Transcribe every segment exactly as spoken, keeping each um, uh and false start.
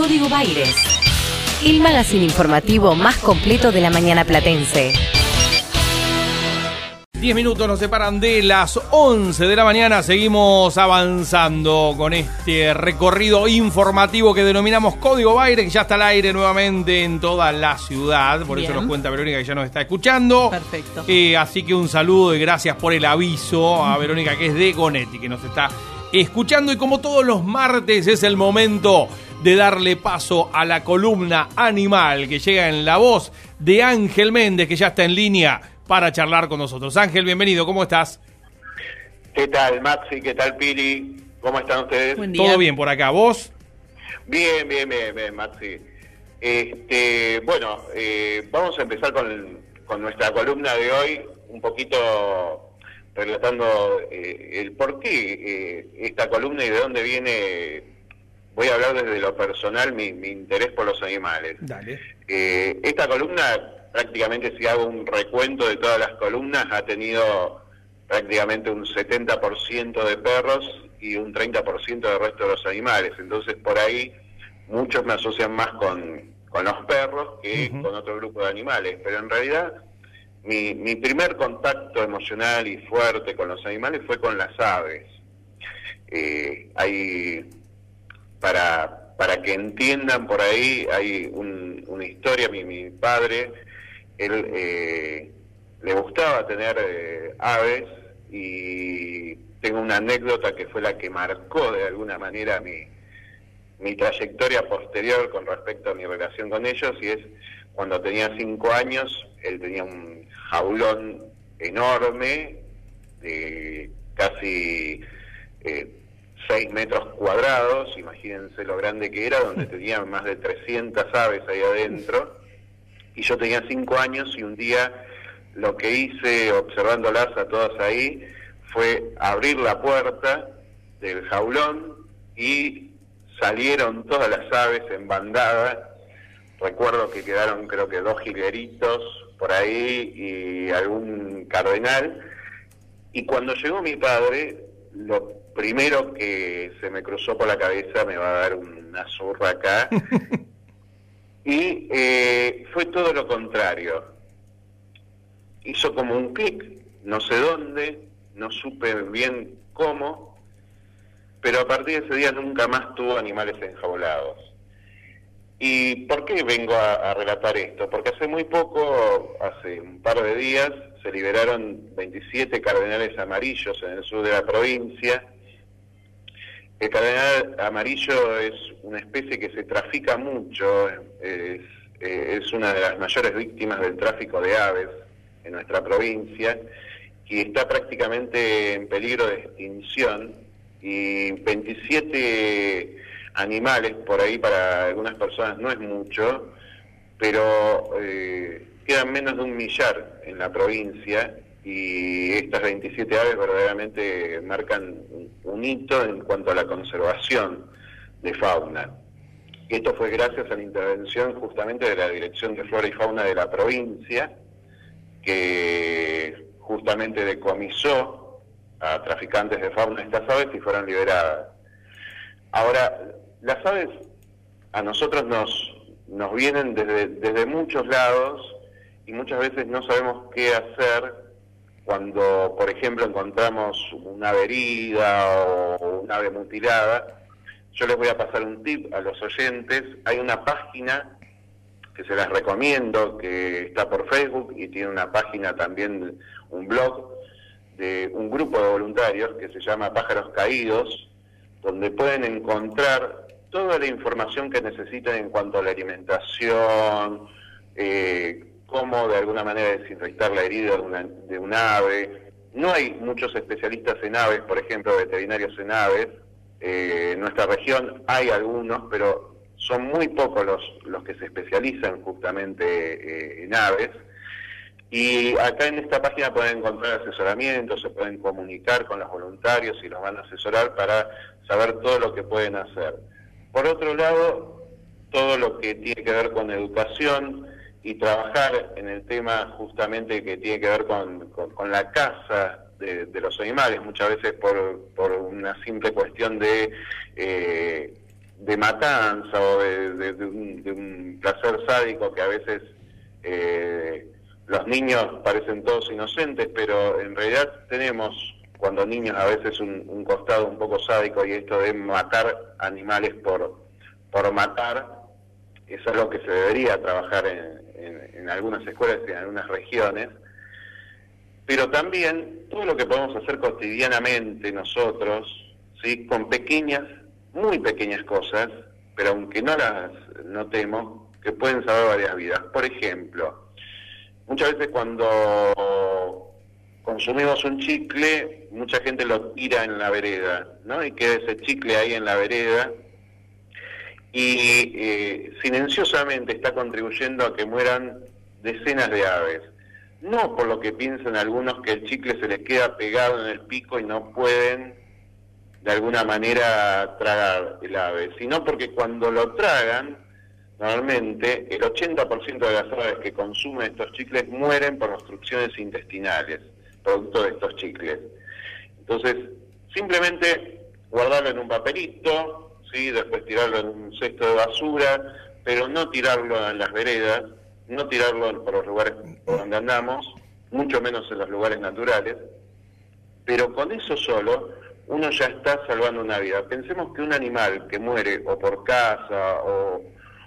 Código Baires, el magazine informativo más completo de la mañana platense. Diez minutos nos separan de las once de la mañana. Seguimos avanzando con este recorrido informativo que denominamos Código Baires, que ya está al aire nuevamente en toda la ciudad. Por Bien. Eso nos cuenta Verónica, que ya nos está escuchando. Perfecto. Eh, así que un saludo y gracias por el aviso a Verónica, que es de Gonetti, que nos está escuchando. Y como todos los martes es el momento de darle paso a la columna Animal, que llega en la voz de Ángel Méndez, que ya está en línea para charlar con nosotros. Ángel, bienvenido, ¿cómo estás? ¿Qué tal, Maxi? ¿Qué tal, Pili? ¿Cómo están ustedes? Buen día. Todo bien por acá, ¿vos? Bien, bien, bien, bien, Maxi. Este, bueno, eh, vamos a empezar con, con nuestra columna de hoy, un poquito relatando eh, el por qué eh, esta columna y de dónde viene. Voy a hablar desde lo personal, mi, mi interés por los animales. Dale. Eh, esta columna, prácticamente si hago un recuento de todas las columnas, ha tenido prácticamente un setenta por ciento de perros y un treinta por ciento del resto de los animales. Entonces por ahí muchos me asocian más con, con los perros que uh-huh. con otro grupo de animales. Pero en realidad mi, mi primer contacto emocional y fuerte con los animales fue con las aves. Eh, hay... Para, para que entiendan por ahí, hay un, una historia. Mi, mi padre, él eh, le gustaba tener eh, aves, y tengo una anécdota que fue la que marcó de alguna manera mi, mi trayectoria posterior con respecto a mi relación con ellos, y es cuando tenía cinco años, él tenía un jaulón enorme, de casi... Eh, seis metros cuadrados, imagínense lo grande que era, donde tenía más de trescientas aves ahí adentro, y yo tenía cinco años, y un día lo que hice observándolas a todas ahí fue abrir la puerta del jaulón y salieron todas las aves en bandada. Recuerdo que quedaron creo que dos jilgueritos por ahí y algún cardenal, y cuando llegó mi padre, lo primero que se me cruzó por la cabeza, me va a dar una zurra acá, y eh, fue todo lo contrario. Hizo como un clic, no sé dónde, no supe bien cómo, pero a partir de ese día nunca más tuvo animales enjaulados. ¿Y por qué vengo a, a relatar esto? Porque hace muy poco, hace un par de días, se liberaron veintisiete cardenales amarillos en el sur de la provincia. El cardenal amarillo es una especie que se trafica mucho, es, es una de las mayores víctimas del tráfico de aves en nuestra provincia, y está prácticamente en peligro de extinción, y veintisiete animales por ahí para algunas personas no es mucho, pero eh, quedan menos de un millar en la provincia, y estas veintisiete aves verdaderamente marcan un hito en cuanto a la conservación de fauna. Esto fue gracias a la intervención justamente de la Dirección de Flora y Fauna de la provincia, que justamente decomisó a traficantes de fauna estas aves y fueron liberadas. Ahora, las aves a nosotros nos, nos vienen desde, desde muchos lados, y muchas veces no sabemos qué hacer cuando, por ejemplo, encontramos una ave herida o una ave mutilada. Yo les voy a pasar un tip a los oyentes. Hay una página que se las recomiendo, que está por Facebook y tiene una página también, un blog, de un grupo de voluntarios que se llama Pájaros Caídos, donde pueden encontrar toda la información que necesitan en cuanto a la alimentación, eh, cómo de alguna manera desinfectar la herida de una, de un ave. No hay muchos especialistas en aves, por ejemplo, veterinarios en aves. Eh, en nuestra región hay algunos, pero son muy pocos los, los que se especializan justamente eh, en aves. Y acá en esta página pueden encontrar asesoramiento, se pueden comunicar con los voluntarios y los van a asesorar para saber todo lo que pueden hacer. Por otro lado, todo lo que tiene que ver con educación y trabajar en el tema justamente que tiene que ver con, con, con la caza de, de los animales, muchas veces por, por una simple cuestión de eh, de matanza o de, de, de, un, de un placer sádico que a veces eh, los niños parecen todos inocentes, pero en realidad tenemos, cuando niños, a veces un, un costado un poco sádico, y esto de matar animales por, por matar es algo que se debería trabajar en, en, en algunas escuelas y en algunas regiones, pero también todo lo que podemos hacer cotidianamente nosotros, ¿sí?, con pequeñas, muy pequeñas cosas, pero aunque no las notemos, que pueden salvar varias vidas. Por ejemplo, muchas veces cuando consumimos un chicle, mucha gente lo tira en la vereda, ¿no? Y queda ese chicle ahí en la vereda y eh, silenciosamente está contribuyendo a que mueran decenas de aves. No por lo que piensan algunos, que el chicle se les queda pegado en el pico y no pueden de alguna manera tragar el ave, sino porque cuando lo tragan, normalmente el ochenta por ciento de las aves que consumen estos chicles mueren por obstrucciones intestinales, producto de estos chicles. Entonces, simplemente guardarlo en un papelito, ¿sí?, después tirarlo en un cesto de basura, pero no tirarlo en las veredas, no tirarlo por los lugares por donde andamos, mucho menos en los lugares naturales, pero con eso solo uno ya está salvando una vida. Pensemos que un animal que muere o por caza o,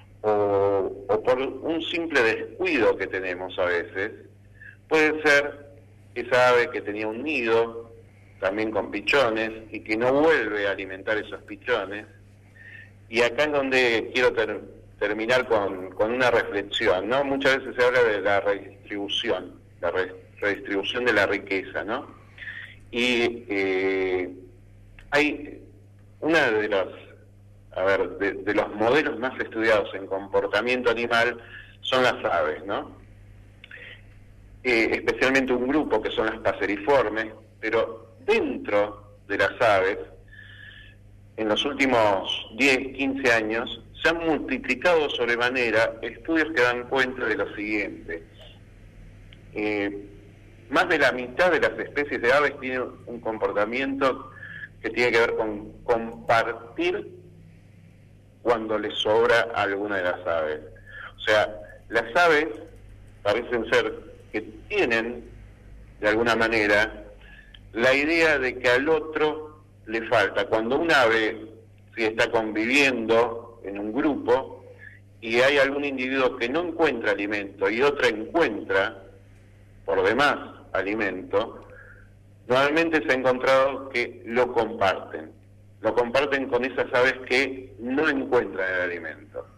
o, o por un simple descuido que tenemos a veces, puede ser esa ave que tenía un nido, también con pichones, y que no vuelve a alimentar esos pichones. Y acá es donde quiero ter, terminar con, con una reflexión, ¿no? Muchas veces se habla de la redistribución, la re, redistribución de la riqueza, ¿no? Y eh, hay una de los, a ver, de, de los modelos más estudiados en comportamiento animal son las aves, ¿no? Eh, especialmente un grupo que son las paseriformes, pero dentro de las aves, en los últimos diez, quince años, se han multiplicado sobremanera estudios que dan cuenta de lo siguiente. Eh, más de la mitad de las especies de aves tienen un comportamiento que tiene que ver con compartir cuando les sobra a alguna de las aves. O sea, las aves parecen ser que tienen, de alguna manera, la idea de que al otro le falta. Cuando un ave si está conviviendo en un grupo y hay algún individuo que no encuentra alimento y otra encuentra por demás alimento, normalmente se ha encontrado que lo comparten. Lo comparten con esas aves que no encuentran el alimento.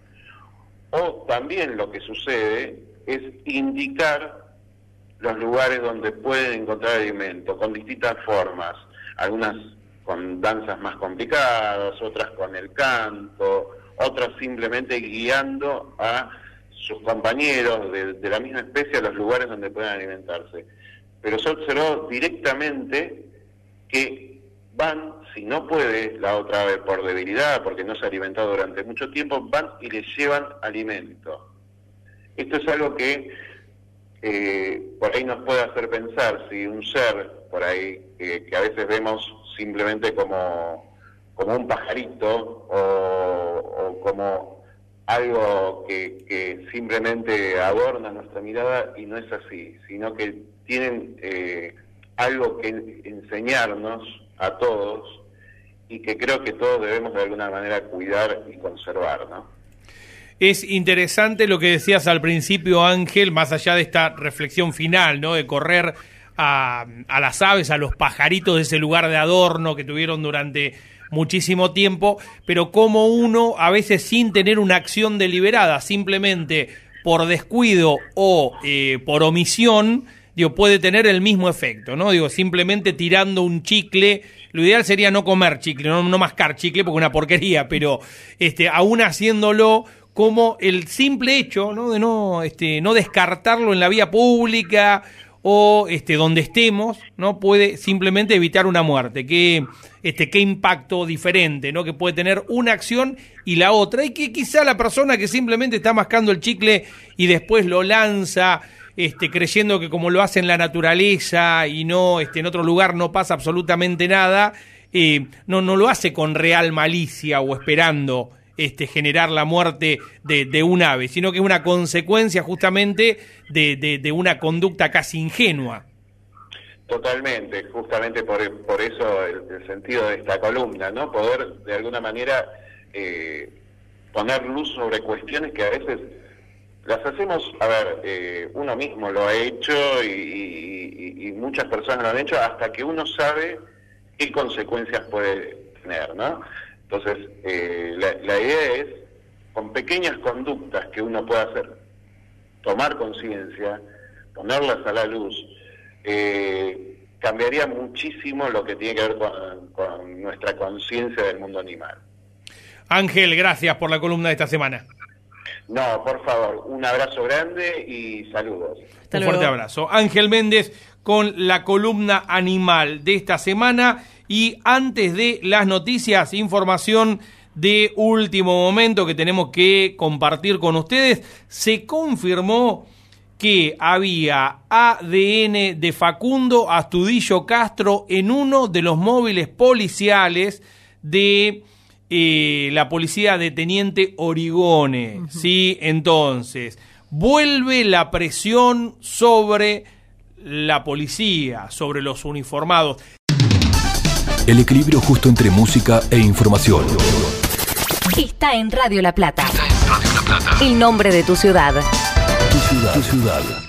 O también lo que sucede es indicar los lugares donde pueden encontrar alimento, con distintas formas, algunas con danzas más complicadas, otras con el canto, otras simplemente guiando a sus compañeros de, de la misma especie a los lugares donde puedan alimentarse. Pero se observó directamente que van, si no puede la otra ave por debilidad, porque no se ha alimentado durante mucho tiempo, van y les llevan alimento. Esto es algo que eh, por ahí nos puede hacer pensar si un ser por ahí eh, que a veces vemos simplemente como, como un pajarito o, o como algo que, que simplemente adorna nuestra mirada, y no es así, sino que tienen eh, algo que enseñarnos a todos y que creo que todos debemos de alguna manera cuidar y conservar, ¿no? Es interesante lo que decías al principio, Ángel, más allá de esta reflexión final, ¿no?, de correr a, a las aves, a los pajaritos de ese lugar de adorno que tuvieron durante muchísimo tiempo, pero como uno, a veces sin tener una acción deliberada, simplemente por descuido o eh, por omisión, digo, puede tener el mismo efecto, ¿no? Digo, simplemente tirando un chicle. Lo ideal sería no comer chicle, no, no mascar chicle porque es una porquería, pero este, aún haciéndolo, como el simple hecho, ¿no?, de no, este, no descartarlo en la vía pública o este, donde estemos, ¿no?, puede simplemente evitar una muerte. Qué, este, qué impacto diferente, ¿no?, que puede tener una acción y la otra, y que quizá la persona que simplemente está mascando el chicle y después lo lanza, Este, creyendo que como lo hace en la naturaleza y no este, en otro lugar no pasa absolutamente nada, eh, no, no lo hace con real malicia o esperando este, generar la muerte de, de un ave, sino que es una consecuencia justamente de, de, de una conducta casi ingenua. Totalmente, justamente por, por eso el, el sentido de esta columna, ¿no? Poder de alguna manera eh, poner luz sobre cuestiones que a veces las hacemos, a ver, eh, uno mismo lo ha hecho y, y, y muchas personas lo han hecho hasta que uno sabe qué consecuencias puede tener, ¿no? Entonces, eh, la, la idea es, con pequeñas conductas que uno pueda hacer, tomar conciencia, ponerlas a la luz, eh, cambiaría muchísimo lo que tiene que ver con, con nuestra conciencia del mundo animal. Ángel, gracias por la columna de esta semana. No, por favor, un abrazo grande y saludos. Un fuerte abrazo. Ángel Méndez con la columna animal de esta semana. Y antes de las noticias, información de último momento que tenemos que compartir con ustedes. Se confirmó que había A D N de Facundo Astudillo Castro en uno de los móviles policiales de eh, la policía de Teniente Origone. Uh-huh. Sí, entonces, vuelve la presión sobre la policía, sobre los uniformados. El equilibrio justo entre música e información. Está en Radio La Plata. Está en Radio La Plata. El nombre de tu ciudad. Tu ciudad. Tu ciudad.